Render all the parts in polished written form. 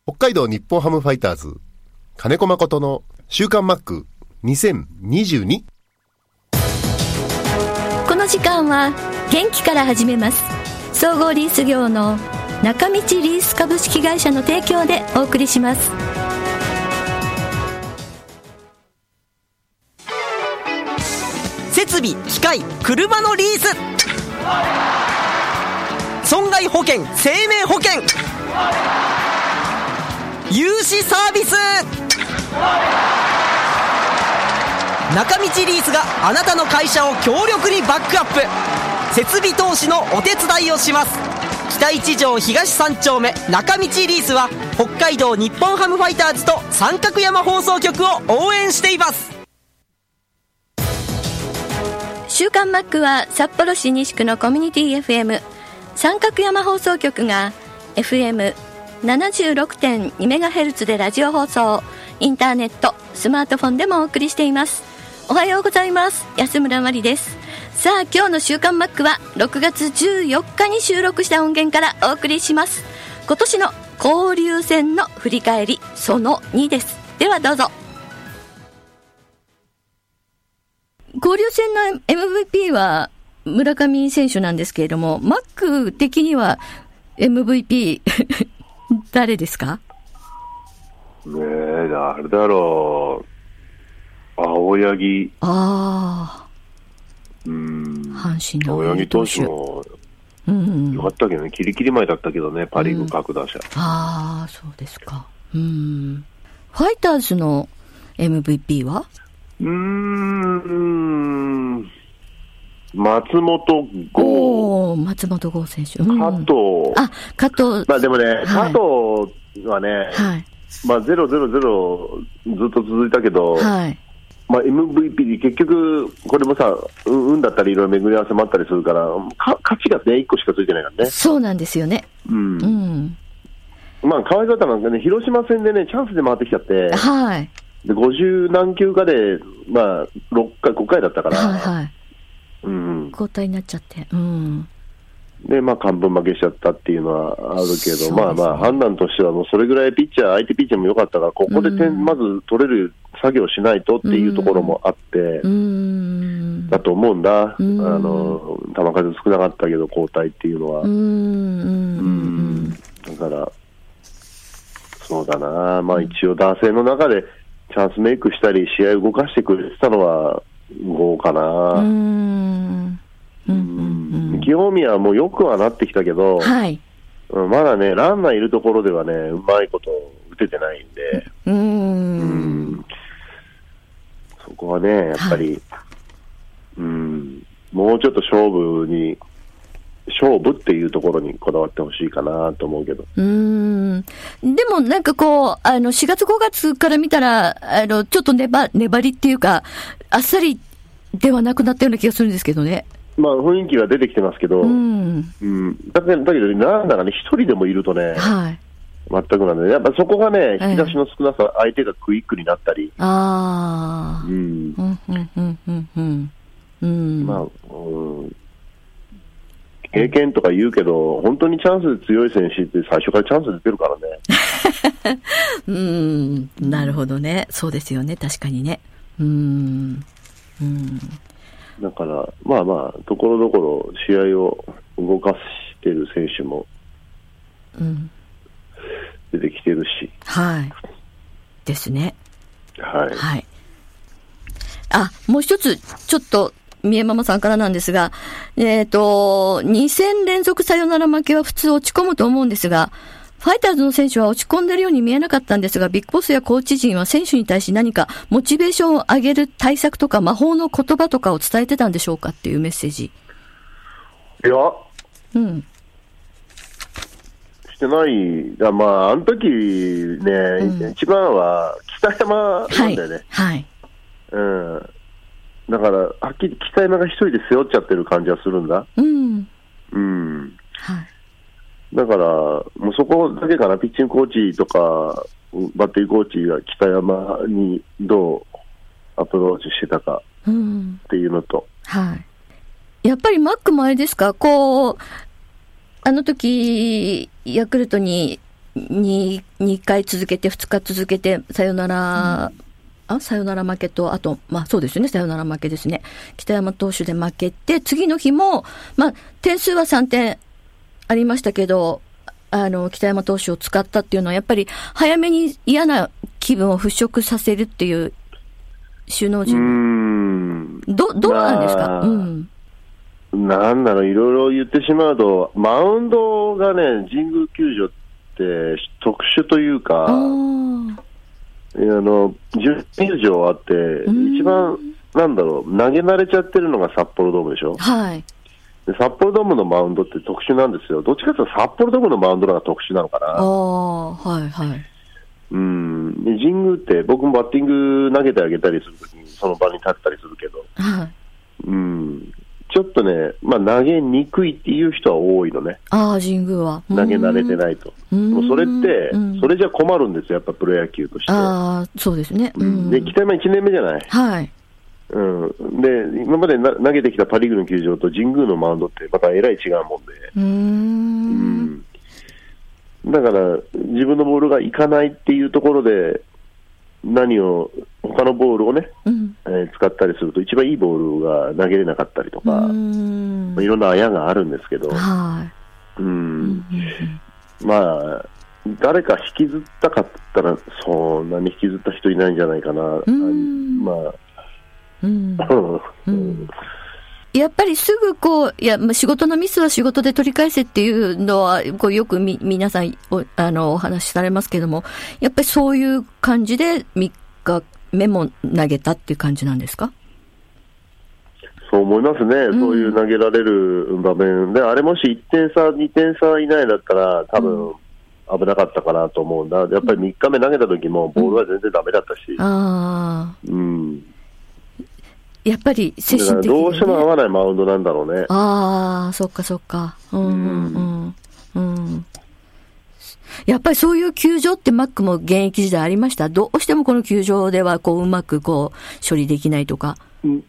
北海道日本ハムファイターズ金子誠の週刊マック2022。 この時間は元気から始めます。総合リース業の中道リース株式会社の提供でお送りします。 設備機械車のリース、損害保険生命保険、融資サービス、中道リースがあなたの会社を強力にバックアップ、設備投資のお手伝いをします。北一条東三丁目中道リースは北海道日本ハムファイターズと三角山放送局を応援しています。 週刊マックは札幌市西区のコミュニティ FM 三角山放送局が FM76.2MHz でラジオ放送、インターネット、スマートフォンでもお送りしています。おはようございます。安村まりです。さあ、今日の週刊マックは6月14日に収録した音源からお送りします。今年の交流戦の振り返りその2です。ではどうぞ。交流戦の MVP は村上選手なんですけれども、マック的には MVP 誰ですか？ ねえ、誰だろう。青柳。 ああ。阪神の青柳投手もよかったけどね、キリキリ前だったけどね、パリーグ各打者。 ああ、そうですか。ファイターズの MVP は？ 松本剛。 松本剛選手。 加藤。 加藤。 まあでもね、はい、加藤はね、はい、まあ0-0-0ずっと続いたけど、はい、まあ MVP 結局これもさ、運だったりいろいろ巡り合わせもあったりするから、勝ちがね1個しかついてないからね。 そうなんですよね。 まあかわいそうだったのがね、広島戦でねチャンスで回ってきちゃって。はい。で50何球かで、まあ、5回だったから、はいはい、 交代になっちゃって、 で、まあ、完封負けしちゃったっていうのはあるけど、まあまあ、判断としてはもうそれぐらい相手ピッチャーも良かったから、ここで点、まず取れる作業しないとっていうところもあって、だと思うんだ。球数少なかったけど、交代っていうのは。だから、そうだな、まあ一応打線の中でチャンスメイクしたり試合を動かしてくれてたのは5かな。清宮はもうよくはなってきたけど、はい、まだねランナーいるところではねうまいこと打ててないんで、そこはねやっぱり、はい、もうちょっと勝負っていうところにこだわってほしいかなと思うけど。 でもなんかこう、4月5月から見たら、ちょっと粘りっていうか、あっさりではなくなったような気がするんですけどね。まあ雰囲気は出てきてますけど、だけど、なんだかね、一人でもいるとね、はい、全くなんで、やっぱそこがね、引き出しの少なさ、相手がクイックになったり。まあ、経験とか言うけど、本当にチャンスで強い選手って最初からチャンスで出てるからね。 なるほどね。そうですよね。確かにね。 だから、まあまあ、ところどころ試合を動かしてる選手も出てきてるし。はい。ですね。はい。はい。もう一つ、ちょっと、三重ママさんからなんですが、2戦連続サヨナラ負けは普通落ち込むと思うんですが、ファイターズの選手は落ち込んでるように見えなかったんですが、ビッグボスやコーチ陣は選手に対し何かモチベーションを上げる対策とか魔法の言葉とかを伝えてたんでしょうかっていうメッセージ。いや、してない。まあ、あの時ね、一番は北山なんだよね。はい。だから、はっきり北山が一人で背負っちゃってる感じはするんだ。はい。だから、もうそこだけかな、ピッチングコーチとか、バッテリーコーチが北山にどうアプローチしてたかっていうのと。はい。やっぱりマックもあれですか、こう、あの時、ヤクルトに 2回続けて、2日続けて、サヨナラ負けと、あと、そうですよね、サヨナラ負けですね。北山投手で負けて、次の日も、点数は3点ありましたけど、北山投手を使ったっていうのは、やっぱり早めに嫌な気分を払拭させるっていう首脳陣。どうなんですか？ なんだろう、いろいろ言ってしまうと、マウンドがね、神宮球場って特殊というか、10球場あって、一番、なんだろう、投げ慣れちゃってるのが札幌ドームでしょ。はい。で札幌ドームのマウンドって特殊なんですよ。どっちかというと札幌ドームのマウンドのが特殊なのかな。はいはい。で神宮って僕もバッティング投げてあげたりするときにその場に立ったりするけど、はい。ちょっとね、投げにくいっていう人は多いのね。神宮は。投げ慣れてないと。もうそれって、それじゃ困るんですよ、やっぱプロ野球として。 そうですね。 で、北山1年目じゃない。はい。で、今まで投げてきたパ・リーグの球場と神宮のマウンドってまたえらい違うもんで。だから、自分のボールがいかないっていうところで、他のボールをね、使ったりすると一番いいボールが投げれなかったりとか、いろんなあやがあるんですけど、誰か引きずったかったらそんなに引きずった人いないんじゃないかな。 やっぱりすぐ仕事のミスは仕事で取り返せっていうのは、よく皆さんお話しされますけども、やっぱりそういう感じで3日目も投げたっていう感じなんですか？ そう思いますね。そういう投げられる場面で、あれもし1点差、2点差以内だったら多分危なかったかなと思うんだ。やっぱり3日目投げた時もボールは全然ダメだったし。 やっぱり精神的に、 どうしても合わないマウンドなんだろうね。 そっかそっか。やっぱりそういう球場ってマックも現役時代ありました？どうしてもこの球場ではうまく処理できないとか。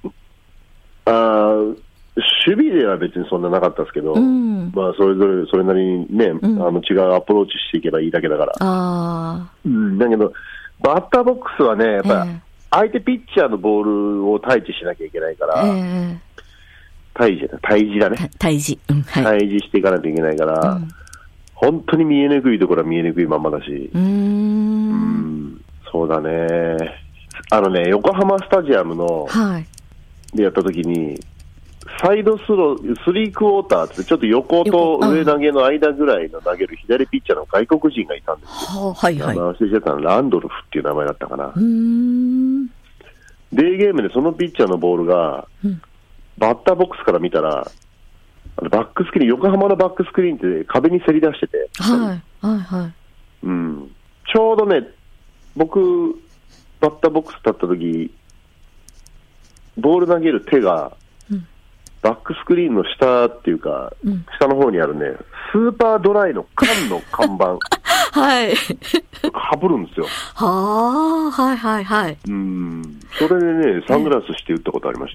守備では別にそんななかったですけど、それぞれそれなりにね、違うアプローチしていけばいいだけだから。だけど、バッターボックスはね、やっぱり、相手ピッチャーのボールを対峙しなきゃいけないから、対峙だね。対峙していかないといけないから、本当に見えにくいところは見えにくいままだし、そうだね。横浜スタジアムの、でやった時に、サイドスロー、3クォーターってちょっと横と上投げの間ぐらいの投げる左ピッチャーの外国人がいたんですよ。忘れちゃったの、ランドルフっていう名前だったかな。デーゲームでそのピッチャーのボールが、バッターボックスから見たら、バックスクリーン、横浜のバックスクリーンって壁にせり出してて、ちょうどね、僕、バッターボックス立った時、ボール投げる手が、バックスクリーンの下っていうか、下の方にあるね、スーパードライの缶の看板、かぶるんですよ。それでね、サングラスして打ったことありました。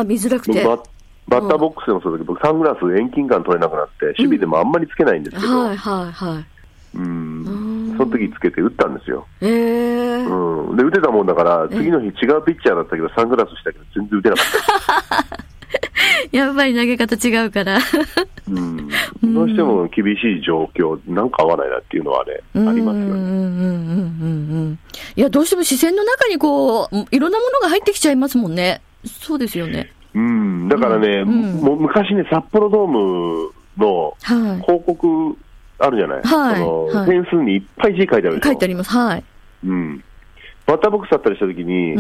見づらくて。 バッターボックスでもそうだけど、僕サングラス遠近感取れなくなって、守備でもあんまりつけないんですけど、その時つけて打ったんですよ。で、打てたもんだから、次の日違うピッチャーだったけど、サングラスしたけど、全然打てなかった。 やっぱり投げ方違うから。 どうしても厳しい状況、なんか合わないなっていうのはね、ありますよね。 いや、どうしても視線の中にいろんなものが入ってきちゃいますもんね。そうですよね。 だからね、もう昔ね、札幌ドームの広告あるじゃない。フェンスにいっぱい字書いてあるでしょ。 書いてあります。 バッターボックスだったりしたときに、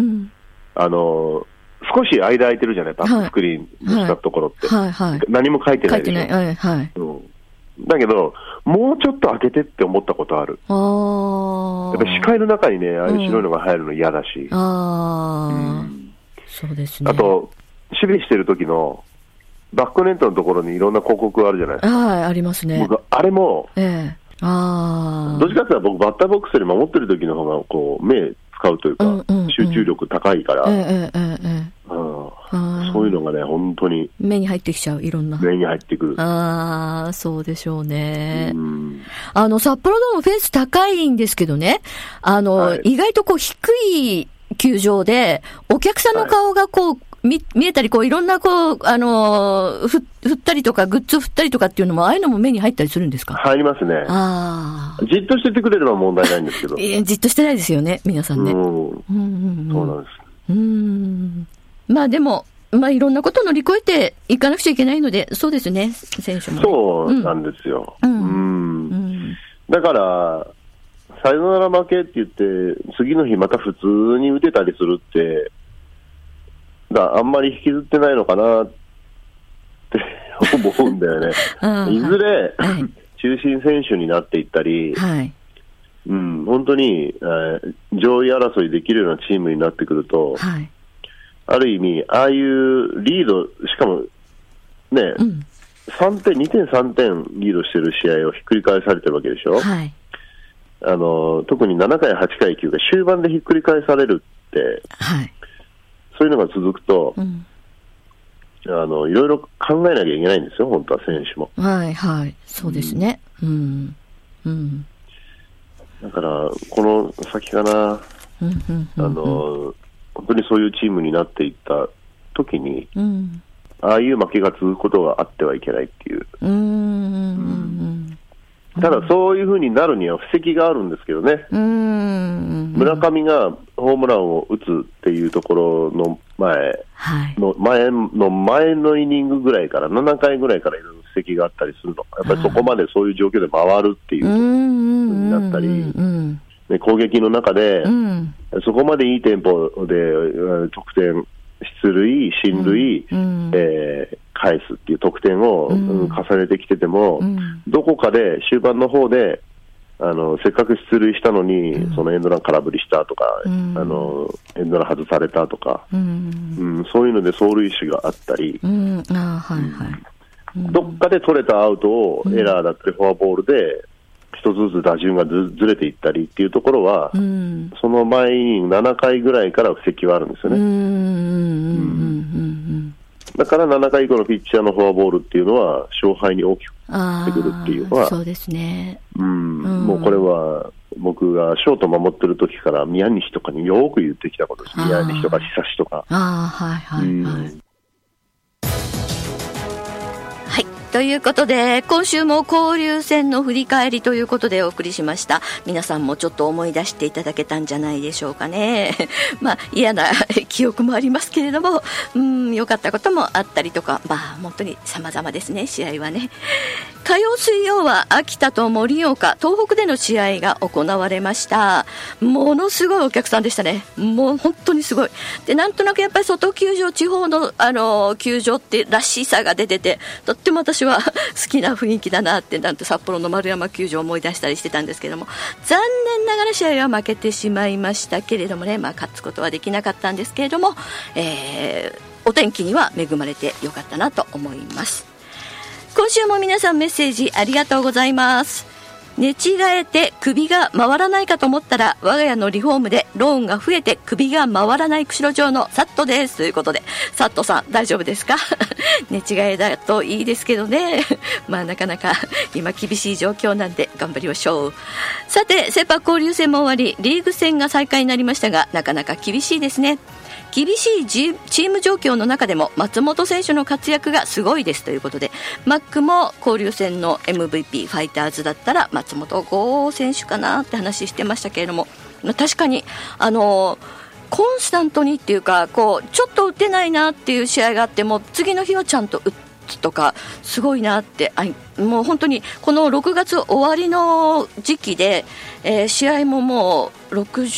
少し間空いてるじゃない、バックスクリーンのしたところって。何も書いてないでしょ。だけど、もうちょっと開けてって思ったことある。やっぱり視界の中にね、ああいう白いのが入るの嫌だし。 そうですね。 あと、守備してる時のバックネットのところにいろんな広告あるじゃないですか。 ありますね。 僕、あれも、どっちかっていうと僕、バッターボックスより守ってる時の方が、目使うというか、集中力高いから、 そういうのがね、本当に。 目に入ってきちゃう、いろんな。 目に入ってくる。 そうでしょうね。札幌ドームフェンス高いんですけどね、意外とこう低い球場で、お客さんの顔がこう、見えたり、こう、いろんな、こう、振ったりとか、グッズ振ったりとかっていうのも、ああいうのも目に入ったりするんですか？ 入りますね。じっとしててくれれば問題ないんですけど。 じっとしてないですよね、皆さんね。 そうなんです。 まあでも、いろんなことを乗り越えていかなくちゃいけないので、そうですね、選手も。 そうなんですよ。だから、サヨナラ負けって言って、次の日また普通に打てたりするって、あんまり引きずってないのかなって思うんだよね。いずれ、中心選手になっていったり、本当に、上位争いできるようなチームになってくると、ある意味、ああいうリード、しかもね、2点、3点リードしてる試合をひっくり返されてるわけでしょ。特に7回、8回、9回、終盤でひっくり返されるって、そういうのが続くと、いろいろ考えなきゃいけないんですよ、本当は選手も。 そうですね。 だから、この先かな、本当にそういうチームになっていった時に、ああいう負けが続くことがあってはいけないっていう。ただそういう風になるには布石があるんですけどね。村上がホームランを打つっていうところの前のイニングぐらいから7回ぐらいからいろいろ布石があったりするの。やっぱりそこまでそういう状況で回るっていう風になったり、攻撃の中で、そこまでいいテンポで得点、出塁、進塁、返すっていう得点を、重ねてきてても、どこかで終盤の方でせっかく出塁したのに、そのエンドラン空振りしたとか、エンドラン外されたとか、そういうので走塁手があったり、どっかで取れたアウトをエラーだったりフォアボールで一つずつ打順がずれていったりっていうところは、その前に7回ぐらいから布石はあるんですよね。だから7回以降のピッチャーのフォアボールっていうのは勝敗に大きくなってくるっていうのは、 そうですね。 もうこれは僕がショート守ってる時から宮西とかによく言ってきたことです。宮西とか久志とか。 ということで今週も交流戦の振り返りということでお送りしました。皆さんもちょっと思い出していただけたんじゃないでしょうかね。嫌な記憶もありますけれども、良かったこともあったりとか、本当に様々ですね、試合はね。火曜水曜は秋田と盛岡、東北での試合が行われました。ものすごいお客さんでしたね。もう本当にすごい。で、なんとなくやっぱり外球場、地方の球場ってらしさが出てて、とっても私は好きな雰囲気だなって、なんて札幌の丸山球場を思い出したりしてたんですけども、残念ながら試合は負けてしまいましたけれどもね、勝つことはできなかったんですけれども、お天気には恵まれてよかったなと思います。今週も皆さんメッセージありがとうございます。寝違えて首が回らないかと思ったら、我が家のリフォームでローンが増えて首が回らない釧路町のサットですということで、サットさん大丈夫ですか？寝違えだといいですけどね。なかなか今厳しい状況なんで頑張りましょう。さて、セ・パ交流戦も終わり、リーグ戦が再開になりましたが、なかなか厳しいですね。厳しいチーム状況の中でも松本選手の活躍がすごいですということで、マックも交流戦の MVP ファイターズだったら松本剛選手かなって話してましたけれども、確かにコンスタントにっていうか、ちょっと打てないなっていう試合があっても次の日はちゃんと打つとか、すごいなって。もう本当にこの6月終わりの時期で、試合ももう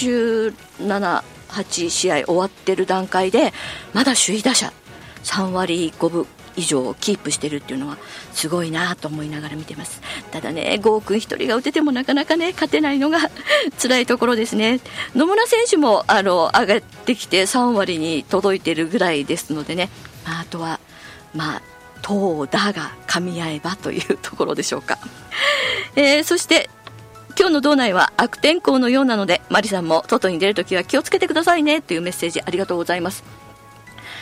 67、8試合終わってる段階でまだ首位打者3割5分以上をキープしてるっていうのはすごいなと思いながら見てます。ただね、郷君一人が打ててもなかなかね勝てないのが辛いところですね。野村選手も上がってきて3割に届いてるぐらいですのでね、あとは投打が噛み合えばというところでしょうか。そして今日の道内は悪天候のようなので、マリさんも外に出るときは気をつけてくださいねというメッセージありがとうございます。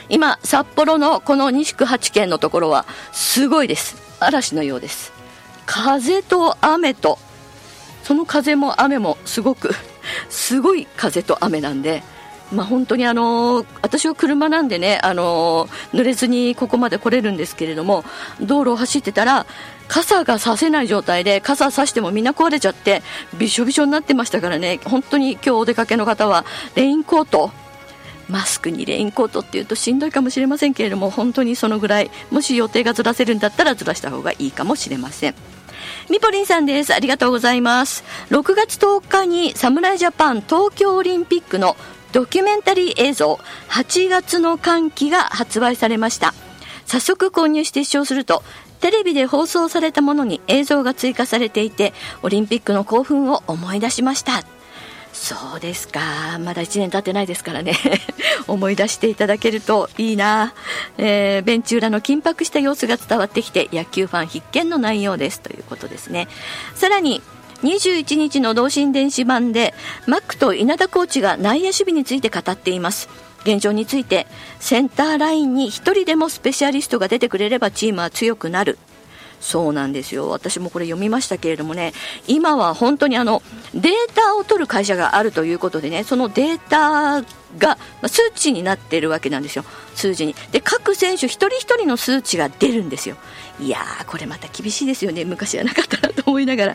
今札幌のこの西区8県のところはすごいです。嵐のようです。風と雨と、その風も雨もすごい風と雨なんで、本当に私は車なんでね、濡れずにここまで来れるんですけれども、道路を走ってたら傘が差せない状態で、傘差してもみんな壊れちゃってびしょびしょになってましたからね。本当に今日お出かけの方はレインコート、マスクにレインコートっていうとしんどいかもしれませんけれども、本当にそのぐらい、もし予定がずらせるんだったらずらした方がいいかもしれません。みぽりんさんです。ありがとうございます。6月10日に侍ジャパン東京オリンピックのドキュメンタリー映像8月の歓喜が発売されました。早速購入して視聴すると、テレビで放送されたものに映像が追加されていて、オリンピックの興奮を思い出しました。そうですか。まだ1年経ってないですからね思い出していただけるといいな。ベンチ裏の緊迫した様子が伝わってきて、野球ファン必見の内容ですということですね。さらに21日の同心電子版でマックと稲田コーチが内野守備について語っています。現状について、センターラインに1人でもスペシャリストが出てくれればチームは強くなる。そうなんですよ。私もこれ読みましたけれどもね、今は本当にデータを取る会社があるということでね、そのデータが数値になっているわけなんですよ。数字にで各選手一人一人の数値が出るんですよ。いやー、これまた厳しいですよね。昔はなかったなと思いながら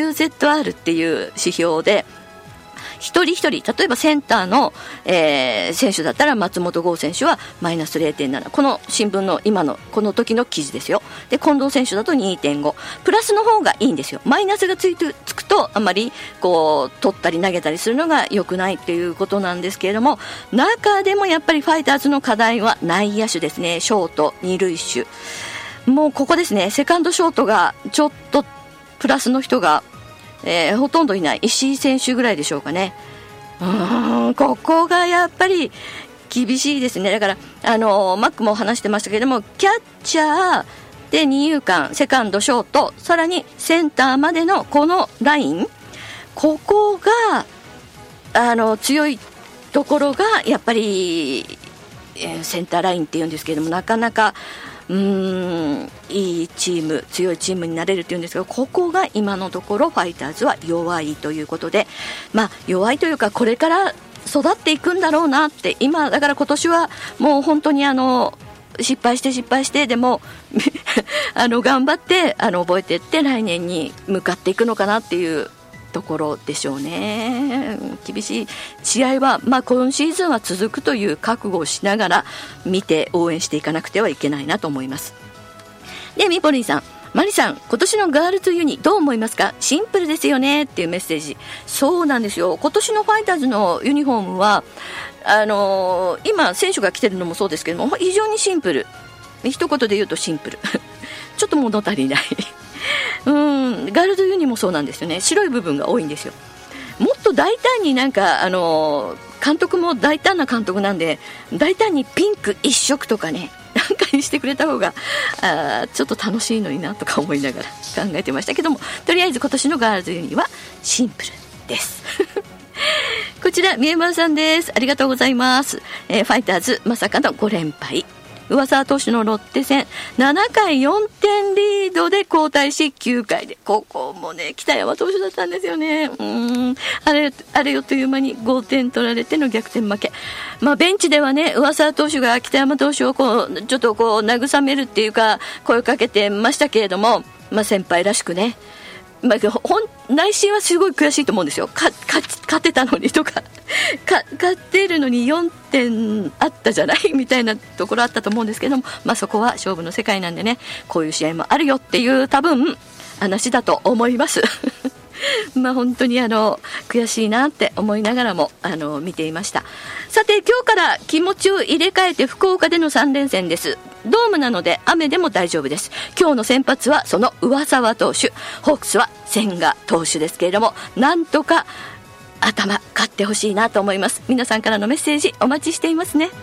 UZR っていう指標で一人一人、例えばセンターの、選手だったら松本剛選手はマイナス 0.7、 この新聞の今のこの時の記事ですよ。で近藤選手だと 2.5、 プラスの方がいいんですよ。マイナスがつくとあまりこう取ったり投げたりするのが良くないっていうことなんですけれども、中でもやっぱりファイターズの課題は内野手ですね。ショート、二塁手、もうここですね。セカンドショートがちょっとプラスの人がほとんどいない。石井選手ぐらいでしょうかね。ここがやっぱり厳しいですね。だからマックも話してましたけれども、キャッチャーで二遊間、セカンドショート、さらにセンターまでのこのライン、ここが強いところがやっぱり、センターラインっていうんですけれども、なかなかいいチーム、強いチームになれるというんですが、ここが今のところファイターズは弱いということで、弱いというかこれから育っていくんだろうなって。今だから今年はもう本当に失敗してでも頑張って覚えていって来年に向かっていくのかなっていうところでしょうね。厳しい試合は、今シーズンは続くという覚悟をしながら見て応援していかなくてはいけないなと思います。で、ミポリンさん、マリさん、今年のガールズユニどう思いますか？シンプルですよねっていうメッセージ。そうなんですよ。今年のファイターズのユニフォームは今選手が着てるのもそうですけども、非常にシンプル。一言で言うとシンプルちょっと物足りないガールズユニもそうなんですよね。白い部分が多いんですよ。もっと大胆に監督も大胆な監督なんで、大胆にピンク一色とかね、なんかにしてくれた方がちょっと楽しいのになとか思いながら考えてましたけども、とりあえず今年のガールズユニはシンプルですこちら三重丸さんです。ありがとうございます。ファイターズまさかの5連敗、上沢投手のロッテ戦7回4点リードで交代し9回で、ここもね北山投手だったんですよね。あれよという間に5点取られての逆転負け。ベンチではね、上沢投手が北山投手をちょっと慰めるっていうか声をかけてましたけれども、先輩らしくね、内心はすごい悔しいと思うんですよ。勝てたのにとか勝てるのに4点あったじゃないみたいなところあったと思うんですけども、そこは勝負の世界なんでね、こういう試合もあるよっていう多分話だと思います本当に悔しいなって思いながらも見ていました。さて、今日から気持ちを入れ替えて福岡での3連戦です。ドームなので雨でも大丈夫です。今日の先発はその上沢投手、ホークスは千賀投手ですけれども、なんとか勝ってほしいなと思います。皆さんからのメッセージお待ちしていますね。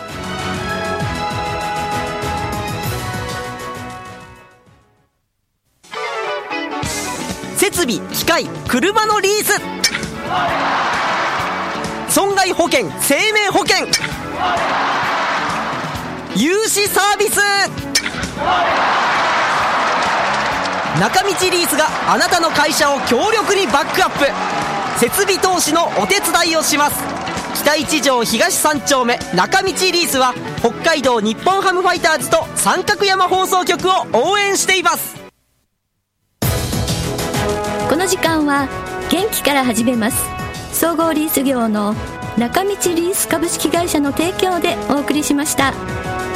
設備、機械、車のリース、損害保険、生命保険、 融資サービス。中道リースがあなたの会社を強力にバックアップ。設備投資のお手伝いをします。北一条東3丁目中道リースは北海道日本ハムファイターズと三角山放送局を応援しています。 この時間は元気から始めます。総合リース業の中道リース株式会社の提供でお送りしました。